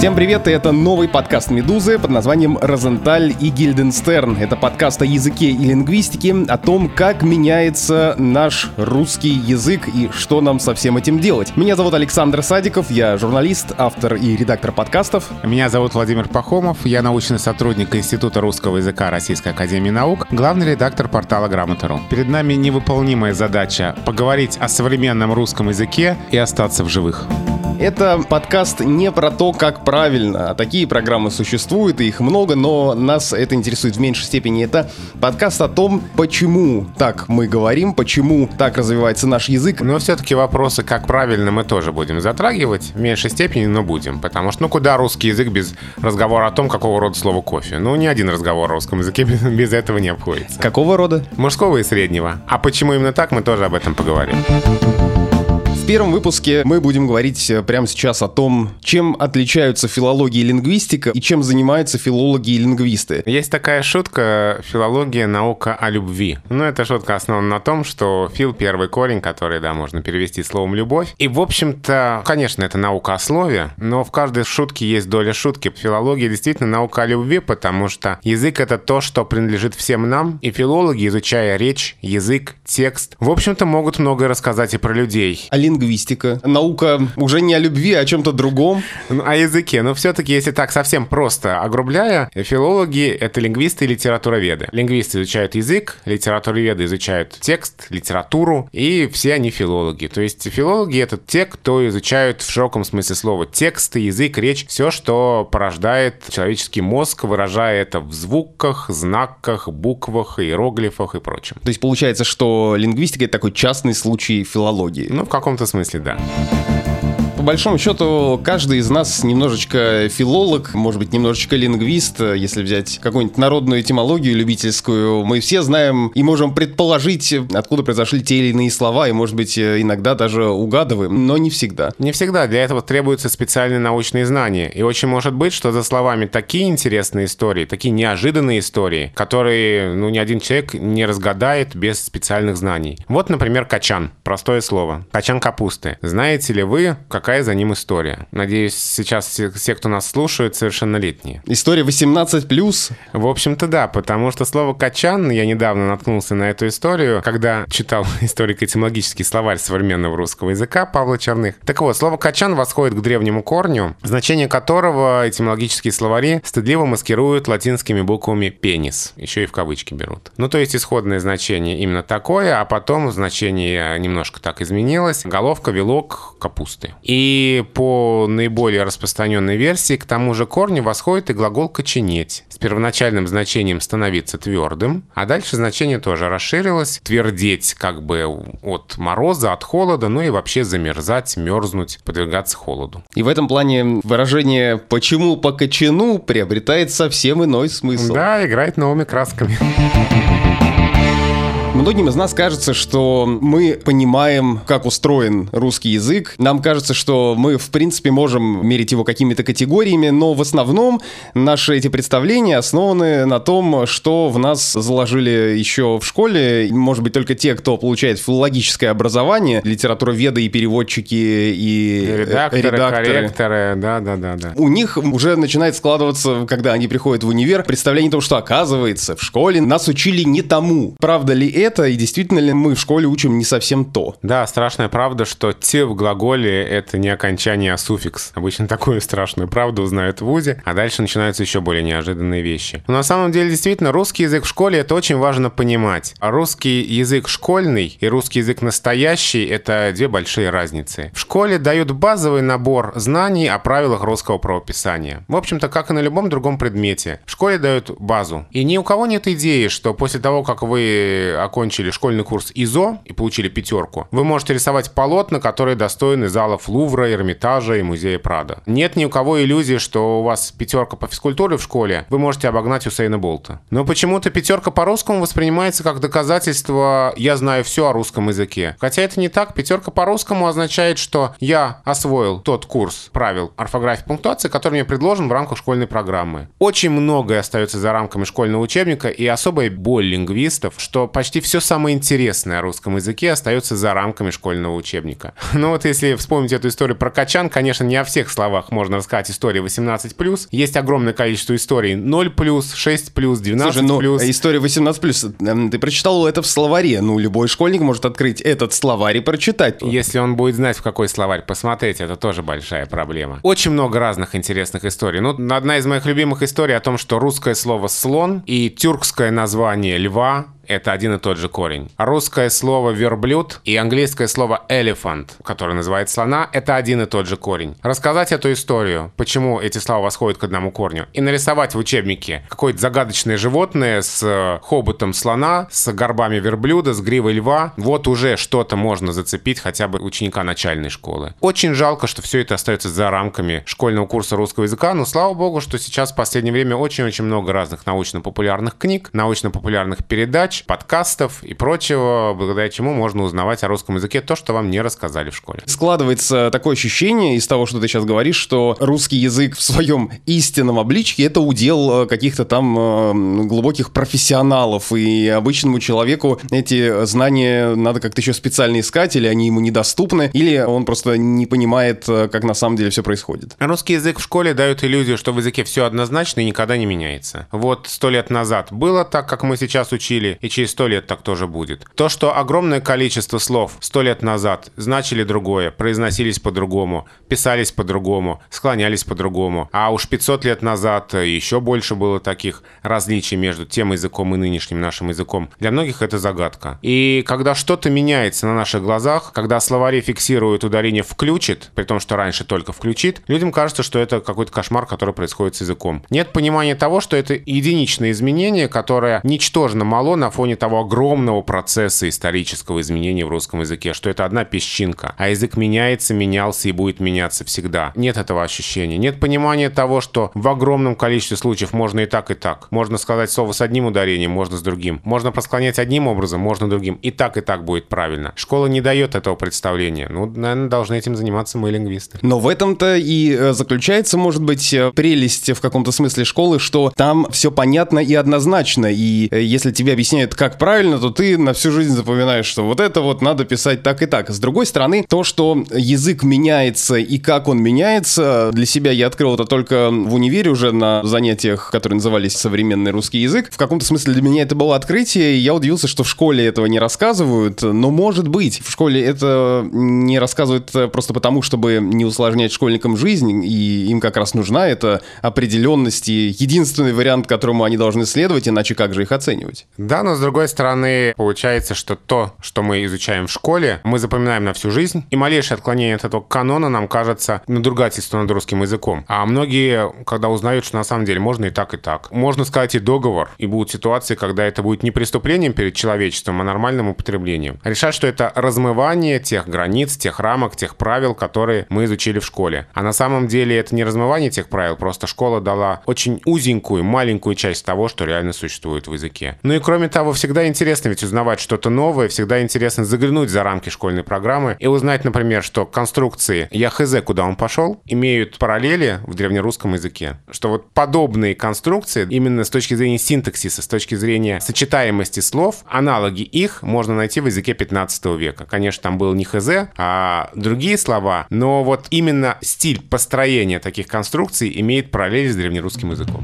Всем привет, и это новый подкаст «Медузы» под названием «Розенталь и Гильденстерн». Это подкаст о языке и лингвистике, о том, как меняется наш русский язык и что нам со всем этим делать. Меня зовут Александр Садиков, я журналист, автор и редактор подкастов. Меня зовут Владимир Пахомов, я научный сотрудник Института русского языка Российской академии наук, главный редактор портала Грамота.ру. Перед нами невыполнимая задача — поговорить о современном русском языке и остаться в живых. Это подкаст не про то, как правильно, а такие программы существуют, и их много, но нас это интересует в меньшей степени. Это подкаст о том, почему так мы говорим, почему так развивается наш язык. Но все-таки вопросы, как правильно, мы тоже будем затрагивать, в меньшей степени, но будем. Потому что, куда русский язык без разговора о том, какого рода слово кофе? Ни один разговор о русском языке без этого не обходится. Какого рода? Мужского и среднего. А почему именно так, мы тоже об этом поговорим. В первом выпуске мы будем говорить прямо сейчас о том, чем отличаются филология и лингвистика и чем занимаются филологи и лингвисты. Есть такая шутка: филология — наука о любви. Эта шутка основана на том, что фил — первый корень, который, можно перевести словом «любовь». И, в общем-то, конечно, это наука о слове, но в каждой шутке есть доля шутки. Филология действительно наука о любви, потому что язык — это то, что принадлежит всем нам, и филологи, изучая речь, язык, текст, в общем-то, могут многое рассказать и про людей. Лингвистика. Наука уже не о любви, а о чем-то другом. О языке. Но все-таки, если так совсем просто огрубляя, филологи — это лингвисты и литературоведы. Лингвисты изучают язык, литературоведы изучают текст, литературу, и все они филологи. То есть филологи — это те, кто изучают в широком смысле слова тексты, язык, речь, все, что порождает человеческий мозг, выражая это в звуках, знаках, буквах, иероглифах и прочем. То есть получается, что лингвистика — это такой частный случай филологии. В каком-то смысле, да. По большому счету, каждый из нас немножечко филолог, может быть, немножечко лингвист. Если взять какую-нибудь народную этимологию любительскую, мы все знаем и можем предположить, откуда произошли те или иные слова, и, может быть, иногда даже угадываем, но не всегда. Не всегда. Для этого требуются специальные научные знания. И очень может быть, что за словами такие интересные истории, такие неожиданные истории, которые, ни один человек не разгадает без специальных знаний. Вот, например, качан. Простое слово. Качан капусты. Знаете ли вы, какая за ним история? Надеюсь, сейчас все, кто нас слушает, совершеннолетние. История 18+. В общем-то, да, потому что слово «качан», я недавно наткнулся на эту историю, когда читал историко-этимологический словарь современного русского языка Павла Черных. Так вот, слово «качан» восходит к древнему корню, значение которого этимологические словари стыдливо маскируют латинскими буквами «пенис». Еще и в кавычки берут. То есть исходное значение именно такое, а потом значение немножко так изменилось. Головка, вилок капусты. И по наиболее распространенной версии к тому же корню восходит и глагол «коченеть» с первоначальным значением «становиться твердым», а дальше значение тоже расширилось. Твердеть от мороза, от холода, и вообще замерзать, мерзнуть, подвергаться холоду. И в этом плане выражение «почему по кочану» приобретает совсем иной смысл. Да, играет новыми красками. Многим из нас кажется, что мы понимаем, как устроен русский язык. Нам кажется, что мы, в принципе, можем мерить его какими-то категориями, но в основном наши эти представления основаны на том, что в нас заложили еще в школе. Может быть, только те, кто получает филологическое образование, литературоведы и переводчики, и редакторы. Корректоры, да. У них уже начинает складываться, когда они приходят в универ, представление о том, что, оказывается, в школе нас учили не тому. Правда ли это, и действительно ли мы в школе учим не совсем то? Да, страшная правда, что «те» в глаголе — это не окончание, а суффикс. Обычно такую страшную правду узнают в вузе, а дальше начинаются еще более неожиданные вещи. Но на самом деле, действительно, русский язык в школе — это очень важно понимать. А русский язык школьный и русский язык настоящий — это две большие разницы. В школе дают базовый набор знаний о правилах русского правописания. В общем-то, как и на любом другом предмете. В школе дают базу. И ни у кого нет идеи, что после того, как вы окончили школьный курс ИЗО и получили 5, вы можете рисовать полотна, которые достойны залов Лувра, Эрмитажа и музея Прадо. Нет ни у кого иллюзии, что у вас 5 по физкультуре в школе, вы можете обогнать Усейна Болта. Но почему-то 5 по русскому воспринимается как доказательство «я знаю все о русском языке». Хотя это не так. 5 по русскому означает, что я освоил тот курс правил орфографии и пунктуации, который мне предложен в рамках школьной программы. Очень многое остается за рамками школьного учебника, и особая боль лингвистов, что почти все все самое интересное о русском языке остается за рамками школьного учебника. Ну вот если вспомнить эту историю про качан, конечно, не о всех словах можно рассказать истории 18+. Есть огромное количество историй 0+, 6+, 12+. Слушай, история 18+, ты прочитал это в словаре. Любой школьник может открыть этот словарь и прочитать. Если он будет знать, в какой словарь посмотреть, это тоже большая проблема. Очень много разных интересных историй. Одна из моих любимых историй о том, что русское слово «слон» и тюркское название «льва» — это один и тот же корень. А русское слово «верблюд» и английское слово «elephant», которое называет слона, это один и тот же корень. Рассказать эту историю, почему эти слова восходят к одному корню, и нарисовать в учебнике какое-то загадочное животное с хоботом слона, с горбами верблюда, с гривой льва, вот уже что-то можно зацепить хотя бы ученика начальной школы. Очень жалко, что все это остается за рамками школьного курса русского языка, но слава богу, что сейчас в последнее время очень-очень много разных научно-популярных книг, научно-популярных передач, подкастов и прочего, благодаря чему можно узнавать о русском языке то, что вам не рассказали в школе. Складывается такое ощущение из того, что ты сейчас говоришь, что русский язык в своем истинном обличье — это удел каких-то там глубоких профессионалов, и обычному человеку эти знания надо как-то еще специально искать, или они ему недоступны, или он просто не понимает, как на самом деле все происходит. Русский язык в школе дает иллюзию, что в языке все однозначно и никогда не меняется. Вот 100 лет назад было так, как мы сейчас учили, и через 100 лет так тоже будет. То, что огромное количество слов 100 лет назад значили другое, произносились по-другому, писались по-другому, склонялись по-другому, а уж 500 лет назад еще больше было таких различий между тем языком и нынешним нашим языком. Для многих это загадка. И когда что-то меняется на наших глазах, когда словари фиксируют ударение «включит», при том, что раньше только «включит», людям кажется, что это какой-то кошмар, который происходит с языком. Нет понимания того, что это единичное изменение, которое ничтожно мало на фоне того огромного процесса исторического изменения в русском языке, что это одна песчинка, а язык меняется, менялся и будет меняться всегда. Нет этого ощущения. Нет понимания того, что в огромном количестве случаев можно и так, и так. Можно сказать слово с одним ударением, можно с другим. Можно просклонять одним образом, можно другим. И так будет правильно. Школа не дает этого представления. Наверное, должны этим заниматься мы, лингвисты. Но в этом-то и заключается, может быть, прелесть в каком-то смысле школы, что там все понятно и однозначно. И если тебе объясняют, как правильно, то ты на всю жизнь запоминаешь, что вот это вот надо писать так и так. С другой стороны, то, что язык меняется и как он меняется, для себя я открыл это только в универе уже на занятиях, которые назывались «Современный русский язык». В каком-то смысле для меня это было открытие, и я удивился, что в школе этого не рассказывают, но может быть, в школе это не рассказывают просто потому, чтобы не усложнять школьникам жизнь, и им как раз нужна эта определенность и единственный вариант, которому они должны следовать, иначе как же их оценивать? Да, но с другой стороны, получается, что то, что мы изучаем в школе, мы запоминаем на всю жизнь, и малейшее отклонение от этого канона нам кажется надругательством над русским языком. А многие, когда узнают, что на самом деле можно и так, и так. Можно сказать и договор, и будут ситуации, когда это будет не преступлением перед человечеством, а нормальным употреблением. Решать, что это размывание тех границ, тех рамок, тех правил, которые мы изучили в школе. А на самом деле это не размывание тех правил, просто школа дала очень узенькую, маленькую часть того, что реально существует в языке. Ну и кроме того, всегда интересно ведь узнавать что-то новое, всегда интересно заглянуть за рамки школьной программы и узнать, например, что конструкции «я хз, куда он пошел» имеют параллели в древнерусском языке. Что вот подобные конструкции, именно с точки зрения синтаксиса, с точки зрения сочетаемости слов, аналоги их можно найти в языке 15 века. Конечно, там был не хз, а другие слова, но вот именно стиль построения таких конструкций имеет параллели с древнерусским языком.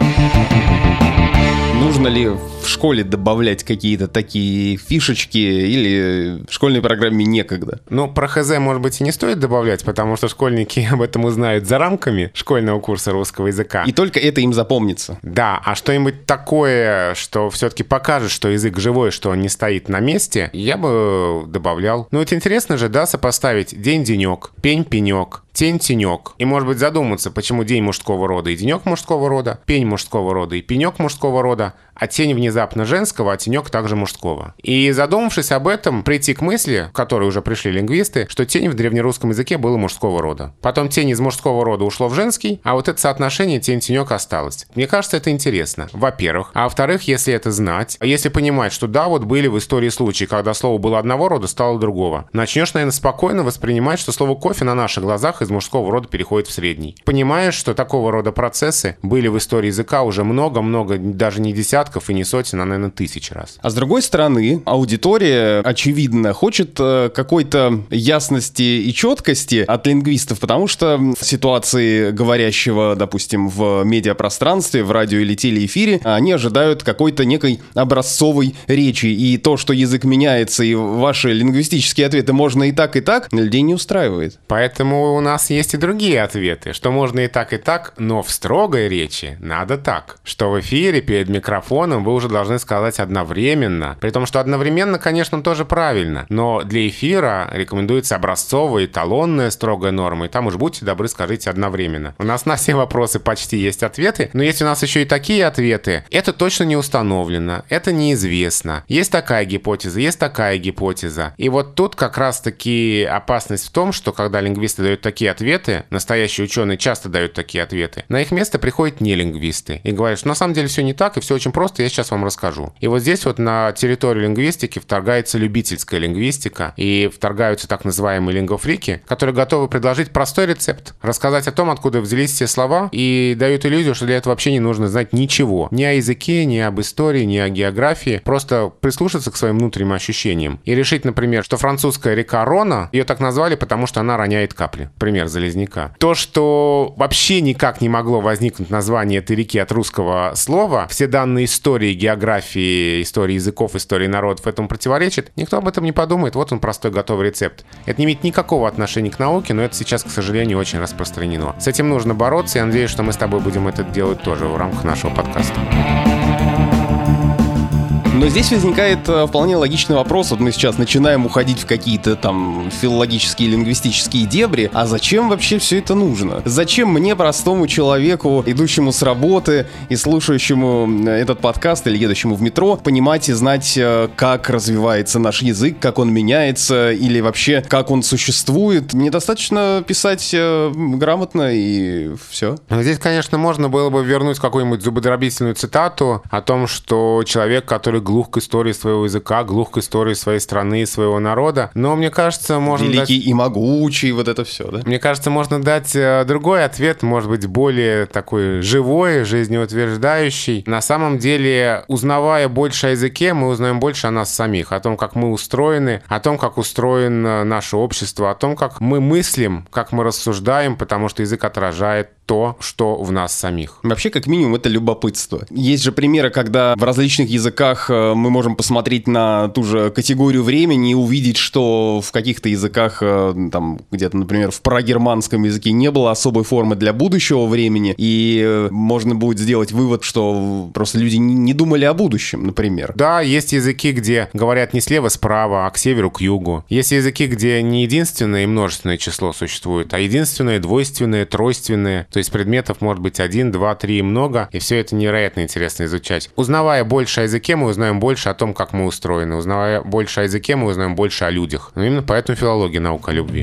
Нужно ли в школе добавлять какие-то такие фишечки или в школьной программе некогда? Ну, про ХЗ, может быть, и не стоит добавлять, потому что школьники об этом узнают за рамками школьного курса русского языка. И только это им запомнится. Да, а что-нибудь такое, что все-таки покажет, что язык живой, что он не стоит на месте, я бы добавлял. Ну, это интересно же, да, сопоставить день-денек, пень-пенек, тень-тенек. И, может быть, задуматься, почему день мужского рода и денек мужского рода, пень мужского рода и пенек мужского рода, а тень внезапно женского, а тенек также мужского. И задумавшись об этом, прийти к мысли, к которой уже пришли лингвисты, что тень в древнерусском языке было мужского рода. Потом тень из мужского рода ушло в женский, а вот это соотношение тень-тенек осталось. Мне кажется, это интересно, во-первых. А во-вторых, если это знать, если понимать, что да, вот были в истории случаи, когда слово было одного рода, стало другого, начнешь, наверное, спокойно воспринимать, что слово кофе на наших глазах из мужского рода переходит в средний. Понимаешь, что такого рода процессы были в истории языка уже много-много, даже не десятков, десятков и не сотен, а, наверное, тысяч раз. А с другой стороны, аудитория, очевидно, хочет какой-то ясности и четкости от лингвистов, потому что в ситуации говорящего, допустим, в медиапространстве, в радио или телеэфире, они ожидают какой-то некой образцовой речи. И то, что язык меняется, и ваши лингвистические ответы можно и так, людей не устраивает. Поэтому у нас есть и другие ответы, что можно и так, но в строгой речи надо так. Что в эфире перед микрофоном вы уже должны сказать одновременно. При том, что одновременно, конечно, тоже правильно. Но для эфира рекомендуется образцовая, эталонная строгая норма. И там уж будьте добры, скажите одновременно. У нас на все вопросы почти есть ответы. Но есть у нас еще и такие ответы. Это точно не установлено. Это неизвестно. Есть такая гипотеза, есть такая гипотеза. И вот тут как раз-таки опасность в том, что когда лингвисты дают такие ответы, настоящие ученые часто дают такие ответы, на их место приходят нелингвисты и говорят, что на самом деле все не так, и все очень просто, я сейчас вам расскажу. И вот здесь вот на территорию лингвистики вторгается любительская лингвистика, и вторгаются так называемые лингвофрики, которые готовы предложить простой рецепт, рассказать о том, откуда взялись все слова, и дают иллюзию, что для этого вообще не нужно знать ничего. Ни о языке, ни об истории, ни о географии. Просто прислушаться к своим внутренним ощущениям и решить, например, что французская река Рона, ее так назвали, потому что она роняет капли. Пример Залезняка. То, что вообще никак не могло возникнуть название этой реки от русского слова, все данные истории, географии, истории языков, истории народов этому противоречат, никто об этом не подумает. Вот он, простой готовый рецепт. Это не имеет никакого отношения к науке, но это сейчас, к сожалению, очень распространено. С этим нужно бороться, и я надеюсь, что мы с тобой будем это делать тоже в рамках нашего подкаста. Но здесь возникает вполне логичный вопрос. Вот мы сейчас начинаем уходить в какие-то там филологические, лингвистические дебри. А зачем вообще все это нужно? Зачем мне, простому человеку, идущему с работы и слушающему этот подкаст или едущему в метро, понимать и знать, как развивается наш язык, как он меняется или вообще как он существует? Мне достаточно писать грамотно и все. Здесь, конечно, можно было бы вернуть какую-нибудь зубодробительную цитату о том, что человек, который глух к истории своего языка, глух к истории своей страны и своего народа. Но мне кажется, можно великий и могучий, вот это все, да? Мне кажется, можно дать другой ответ, может быть, более такой живой, жизнеутверждающий. На самом деле, узнавая больше о языке, мы узнаем больше о нас самих, о том, как мы устроены, о том, как устроено наше общество, о том, как мы мыслим, как мы рассуждаем, потому что язык отражает то, что в нас самих. Вообще, как минимум, это любопытство. Есть же примеры, когда в различных языках мы можем посмотреть на ту же категорию времени и увидеть, что в каких-то языках, там, где-то, например, в прогерманском языке не было особой формы для будущего времени, и можно будет сделать вывод, что просто люди не думали о будущем, например. Да, есть языки, где говорят не слева-справа, а к северу, к югу. Есть языки, где не единственное и множественное число существует, а единственное, двойственное, тройственное. То есть предметов может быть 1, 2, 3 и много, и все это невероятно интересно изучать. Узнавая больше о языке, мы узнаем больше о том, как мы устроены. Узнавая больше о языке, мы узнаем больше о людях. Но именно поэтому филология — наука о любви.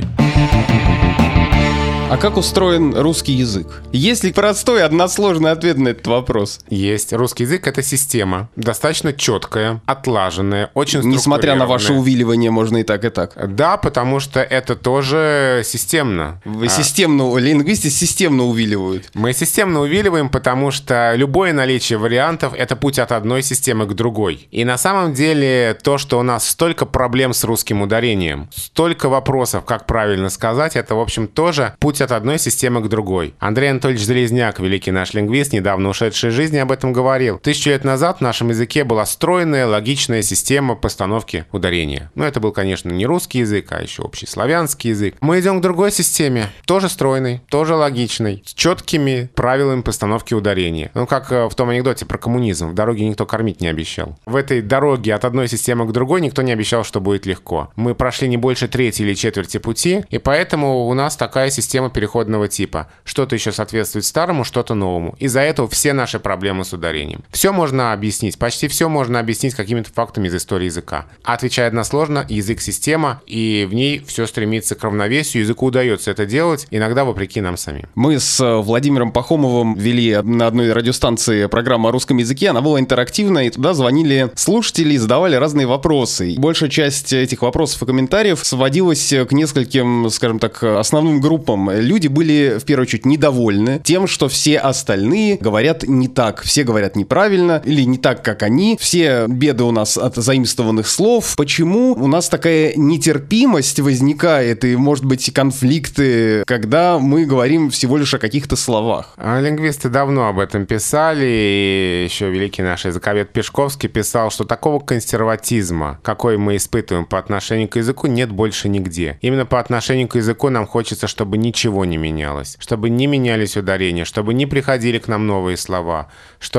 А как устроен русский язык? Есть ли простой, односложный ответ на этот вопрос? Есть. Русский язык — это система, достаточно четкая, отлаженная, очень структурированная. Несмотря на ваше увиливание, можно и так, и так. Да, потому что это тоже системно. Вы лингвисты системно увиливают. Мы системно увиливаем, потому что любое наличие вариантов — это путь от одной системы к другой. И на самом деле то, что у нас столько проблем с русским ударением, столько вопросов, как правильно сказать, это, в общем, тоже путь от одной системы к другой. Андрей Анатольевич Залезняк, великий наш лингвист, недавно ушедший из жизни, об этом говорил. 1000 лет назад в нашем языке была стройная, логичная система постановки ударения. Но это был, конечно, не русский язык, а еще общий славянский язык. Мы идем к другой системе, тоже стройной, тоже логичной, с четкими правилами постановки ударения. Ну, как в том анекдоте про коммунизм. В дороге никто кормить не обещал. В этой дороге от одной системы к другой никто не обещал, что будет легко. Мы прошли не больше трети или четверти пути, и поэтому у нас такая система переходного типа. Что-то еще соответствует старому, что-то новому. Из-за этого все наши проблемы с ударением. Все можно объяснить, почти все можно объяснить какими-то фактами из истории языка. Отвечая односложно, язык — система, и в ней все стремится к равновесию. Языку удается это делать, иногда вопреки нам самим. Мы с Владимиром Пахомовым вели на одной радиостанции программу о русском языке. Она была интерактивная, и туда звонили слушатели и задавали разные вопросы. Большая часть этих вопросов и комментариев сводилась к нескольким, скажем так, основным группам. Люди были, в первую очередь, недовольны тем, что все остальные говорят не так. Все говорят неправильно или не так, как они. Все беды у нас от заимствованных слов. Почему у нас такая нетерпимость возникает и, может быть, конфликты, когда мы говорим всего лишь о каких-то словах? Лингвисты давно об этом писали, и еще великий наш языковед Пешковский писал, что такого консерватизма, какой мы испытываем по отношению к языку, нет больше нигде. Именно по отношению к языку нам хочется, чтобы ничего не менялось, чтобы не менялись ударения, чтобы не приходили к нам новые слова,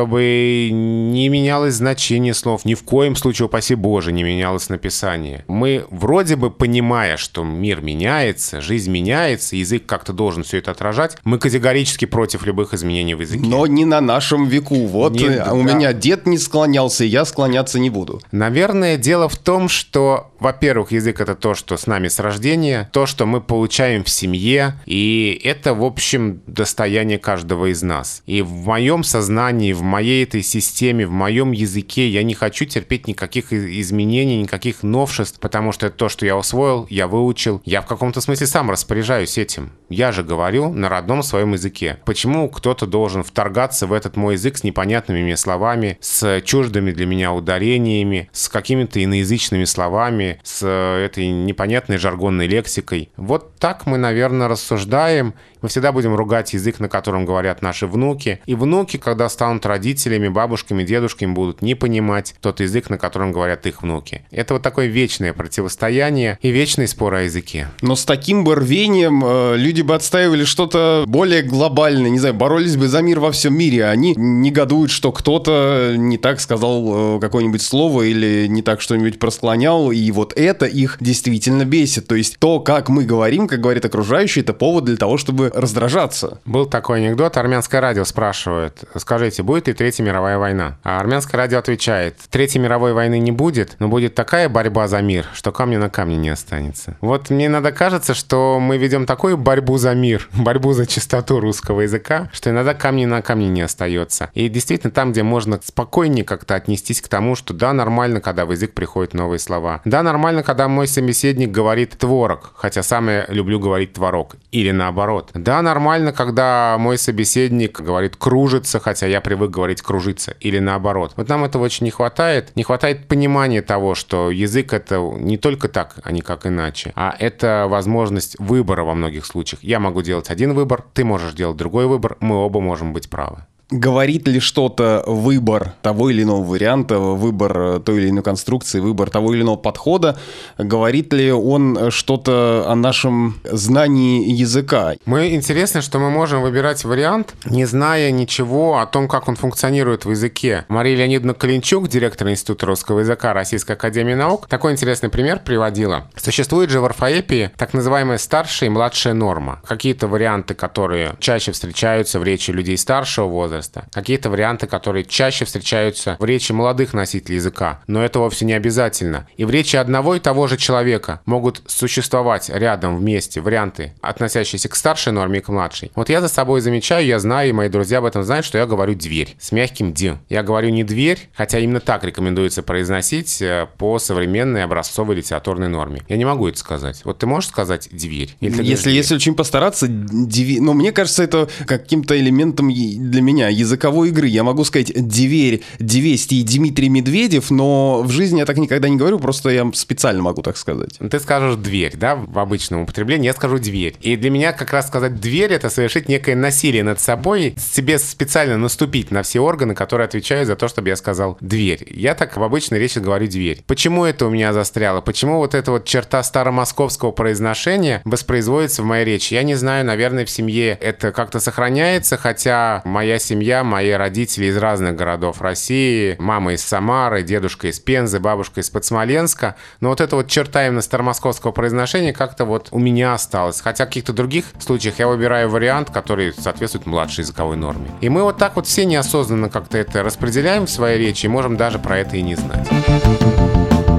чтобы не менялось значение слов, ни в коем случае, упаси Боже, не менялось написание. Мы вроде бы, понимая, что мир меняется, жизнь меняется, язык как-то должен все это отражать, мы категорически против любых изменений в языке. Но не на нашем веку. Вот у меня дед не склонялся, и я склоняться не буду. Наверное, дело в том, что, во-первых, язык — это то, что с нами с рождения, то, что мы получаем в семье, и это, в общем, достояние каждого из нас. И в моем сознании, в моей этой системе, в моем языке я не хочу терпеть никаких изменений, никаких новшеств, потому что это то, что я усвоил, я выучил. Я в каком-то смысле сам распоряжаюсь этим. Я же говорю на родном своем языке. Почему кто-то должен вторгаться в этот мой язык с непонятными мне словами, с чуждыми для меня ударениями, с какими-то иноязычными словами, с этой непонятной жаргонной лексикой? Вот так мы, наверное, рассуждаем. Мы всегда будем ругать язык, на котором говорят наши внуки. И внуки, когда станут родителями, бабушками, дедушками, будут не понимать тот язык, на котором говорят их внуки. Это вот такое вечное противостояние и вечный спор о языке. Но с таким бы рвением люди бы отстаивали что-то более глобальное, не знаю, боролись бы за мир во всем мире. Они негодуют, что кто-то не так сказал какое-нибудь слово или не так что-нибудь просклонял, и вот это их действительно бесит. То есть то, как мы говорим, как говорят окружающие, это повод для того, чтобы раздражаться. Был такой анекдот. Армянское радио спрашивает: скажите, будет ли Третья мировая война? А армянское радио отвечает: Третьей мировой войны не будет, но будет такая борьба за мир, что камня на камне не останется. Вот мне иногда кажется, что мы ведем такую борьбу за мир, борьбу за чистоту русского языка, что иногда камня на камне не остается. И действительно, там, где можно спокойнее как-то отнестись к тому, что да, нормально, когда в язык приходят новые слова. Да, нормально, когда мой собеседник говорит творог, хотя сам я люблю говорить творог. Или наоборот. Да, нормально, когда мой собеседник говорит кружится, хотя я привык говорить кружится. Или наоборот. Вот нам этого очень не хватает. Не хватает понимания того, что язык — это не только так, а никак иначе. А это возможность выбора во многих случаях. Я могу делать один выбор, ты можешь делать другой выбор, мы оба можем быть правы. Говорит ли что-то выбор того или иного варианта, выбор той или иной конструкции, выбор того или иного подхода? Говорит ли он что-то о нашем знании языка? Интересно, что мы можем выбирать вариант, не зная ничего о том, как он функционирует в языке. Мария Леонидовна Калинчук, директор Института русского языка Российской академии наук, такой интересный пример приводила. Существует же в орфоэпии так называемая старшая и младшая норма. Какие-то варианты, которые чаще встречаются в речи людей старшего возраста, какие-то варианты, которые чаще встречаются в речи молодых носителей языка, но это вовсе не обязательно. И в речи одного и того же человека могут существовать рядом вместе варианты, относящиеся к старшей норме и к младшей. Вот я за собой замечаю, я знаю, и мои друзья об этом знают, что я говорю «дверь» с мягким «д». Я говорю не «дверь», хотя именно так рекомендуется произносить по современной образцовой литературной норме. Я не могу это сказать. Вот ты можешь сказать «дверь»? Если очень постараться, но мне кажется, это каким-то элементом для меня языковой игры. Я могу сказать «дверь», «двести» и Дмитрий Медведев, но в жизни я так никогда не говорю, просто я специально могу так сказать. Ты скажешь «дверь», да, в обычном употреблении, я скажу «дверь». И для меня как раз сказать «дверь» — это совершить некое насилие над собой, себе специально наступить на все органы, которые отвечают за то, чтобы я сказал «дверь». Я так в обычной речи говорю «дверь». Почему это у меня застряло? Почему вот эта вот черта старомосковского произношения воспроизводится в моей речи? Я не знаю, наверное, в семье это как-то сохраняется, хотя моя семья, мои родители из разных городов России, мама из Самары, дедушка из Пензы, бабушка из Смоленска. Но вот эта вот черта именно старомосковского произношения как-то вот у меня осталась. Хотя в каких-то других случаях я выбираю вариант, который соответствует младшей языковой норме. И мы вот так вот все неосознанно как-то это распределяем в своей речи и можем даже про это и не знать.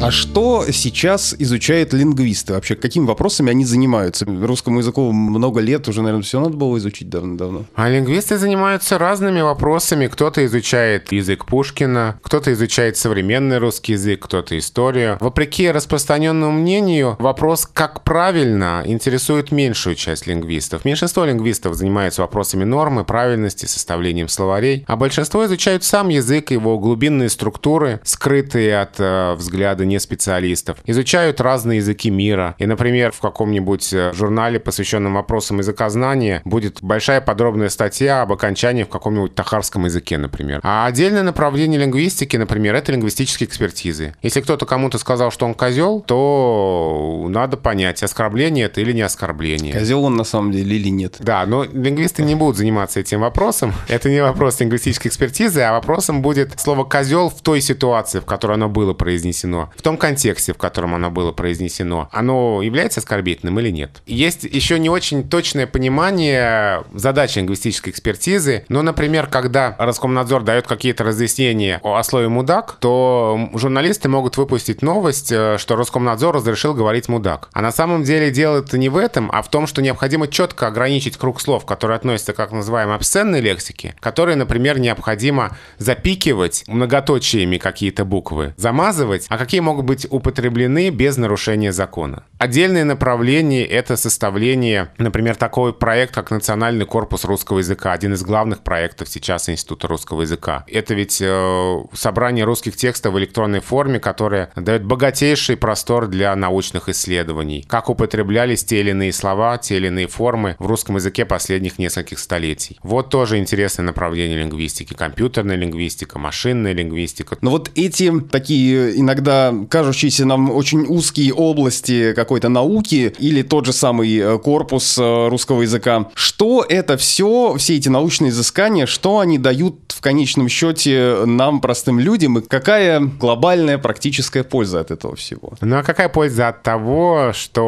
А что сейчас изучают лингвисты? Вообще, какими вопросами они занимаются? Русскому языку много лет, уже, наверное, все надо было изучить давно. А лингвисты занимаются разными вопросами. Кто-то изучает язык Пушкина, кто-то изучает современный русский язык, кто-то историю. Вопреки распространенному мнению, вопрос «как правильно» интересует меньшую часть лингвистов. Меньшинство лингвистов занимаются вопросами нормы, правильности, составлением словарей, а большинство изучают сам язык, его глубинные структуры, скрытые от взгляда неспециалистов. Изучают разные языки мира. И, например, в каком-нибудь журнале, посвященном вопросам языкознания, будет большая подробная статья об окончании в каком-нибудь тахарском языке, например. А отдельное направление лингвистики, например, это лингвистические экспертизы. Если кто-то кому-то сказал, что он козел, то надо понять, оскорбление это или не оскорбление. Козел он на самом деле или нет. Да, но лингвисты не будут заниматься этим вопросом. Это не вопрос лингвистической экспертизы, а вопросом будет слово «козел» в той ситуации, в которой оно было произнесено, в том контексте, в котором оно было произнесено. Оно является оскорбительным или нет? Есть еще не очень точное понимание задачи лингвистической экспертизы. Но, например, когда Роскомнадзор дает какие-то разъяснения о слове «мудак», то журналисты могут выпустить новость, что Роскомнадзор разрешил говорить «мудак». А на самом деле дело это не в этом, а в том, что необходимо четко ограничить круг слов, которые относятся к так называемой обсценной лексике, которые, например, необходимо запикивать многоточиями какие-то буквы, замазывать, а какие могут быть употреблены без нарушения закона. Отдельное направление — это составление, например, такой проект, как Национальный корпус русского языка, один из главных проектов сейчас Института русского языка. Это ведь собрание русских текстов в электронной форме, которое дает богатейший простор для научных исследований. Как употреблялись те или иные слова, те или иные формы в русском языке последних нескольких столетий. Вот тоже интересное направление лингвистики. Компьютерная лингвистика, машинная лингвистика. Но вот эти такие иногда кажущиеся нам очень узкие области какой-то науки или тот же самый корпус русского языка, что это все эти научные изыскания, что они дают в конечном счете нам, простым людям, и какая глобальная практическая польза от этого всего? Ну а какая польза от того,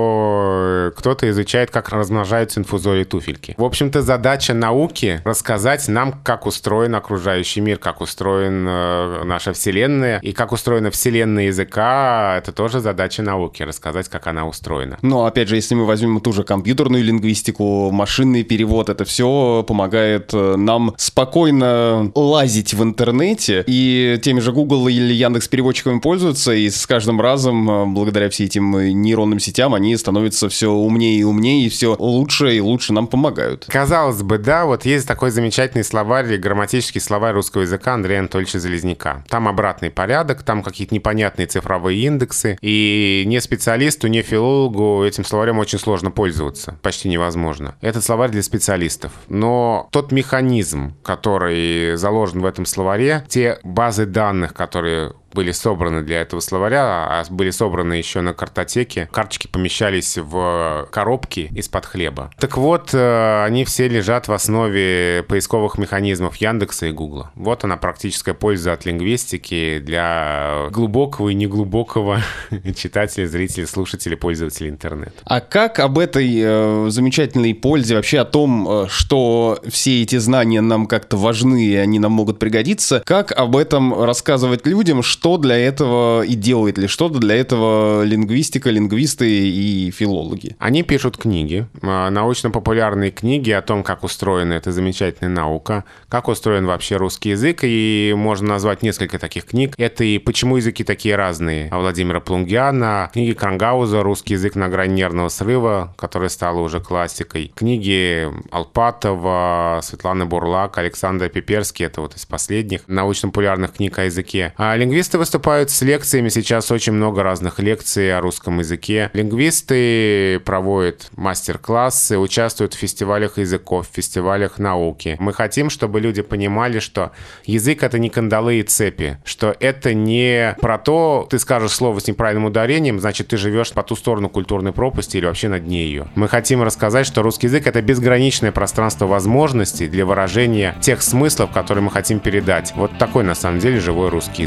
что кто-то изучает, как размножаются инфузории туфельки? В общем-то, задача науки — рассказать нам, как устроен окружающий мир, как устроен наша Вселенная, и как устроена Вселенная языка — это тоже задача науки — рассказать, как она устроена. Но, опять же, если мы возьмем ту же компьютерную лингвистику, машинный перевод, это все помогает нам спокойно лазить в интернете, и теми же Google или Яндекс.Переводчиками пользуются, и с каждым разом, благодаря всем этим нейронным сетям, они становятся все умнее и умнее, и все лучше и лучше нам помогают. Казалось бы, да, вот есть такой замечательный словарь, грамматический словарь русского языка Андрея Анатольевича Залезняка. Там обратный порядок, там какие-то непонятные цифровые индексы, и не специалисту, не филологу этим словарем очень сложно пользоваться, почти невозможно. Этот словарь для специалистов. Но тот механизм, который заложен в этом словаре, те базы данных, которые были собраны для этого словаря, а были собраны еще на картотеке. Карточки помещались в коробки из-под хлеба. Так вот, они все лежат в основе поисковых механизмов Яндекса и Гугла. Вот она, практическая польза от лингвистики для глубокого и неглубокого читателя, зрителя, слушателя, пользователя интернета. А как об этой замечательной пользе, вообще о том, что все эти знания нам как-то важны и они нам могут пригодиться, как об этом рассказывать людям, что для этого и делает ли что-то для этого лингвистика, лингвисты и филологи? Они пишут книги, научно-популярные книги о том, как устроена эта замечательная наука, как устроен вообще русский язык, и можно назвать несколько таких книг. Это и «Почему языки такие разные» Владимира Плунгиана, книги Крангауза «Русский язык на грани нервного срыва», которая стала уже классикой, книги Алпатова, Светланы Бурлак, Александра Пиперский, это вот из последних научно-популярных книг о языке. А лингвисты выступают с лекциями, сейчас очень много разных лекций о русском языке. Лингвисты проводят мастер-классы, участвуют в фестивалях языков, в фестивалях науки. Мы хотим, чтобы люди понимали, что язык — это не кандалы и цепи, что это не про то, ты скажешь слово с неправильным ударением, значит, ты живешь по ту сторону культурной пропасти или вообще на дне ее. Мы хотим рассказать, что русский язык — это безграничное пространство возможностей для выражения тех смыслов, которые мы хотим передать. Вот такой, на самом деле, живой русский язык.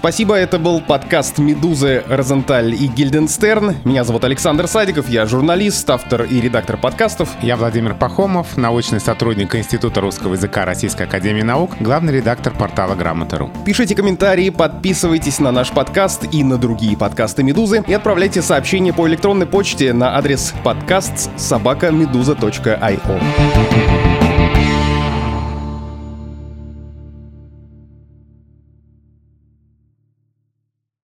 Спасибо, это был подкаст «Медузы», «Розенталь» и «Гильденстерн». Меня зовут Александр Садиков, я журналист, автор и редактор подкастов. Я Владимир Пахомов, научный сотрудник Института русского языка Российской академии наук, главный редактор портала Грамота.ру. Пишите комментарии, подписывайтесь на наш подкаст и на другие подкасты «Медузы» и отправляйте сообщения по электронной почте на адрес подкаст@meduza.io.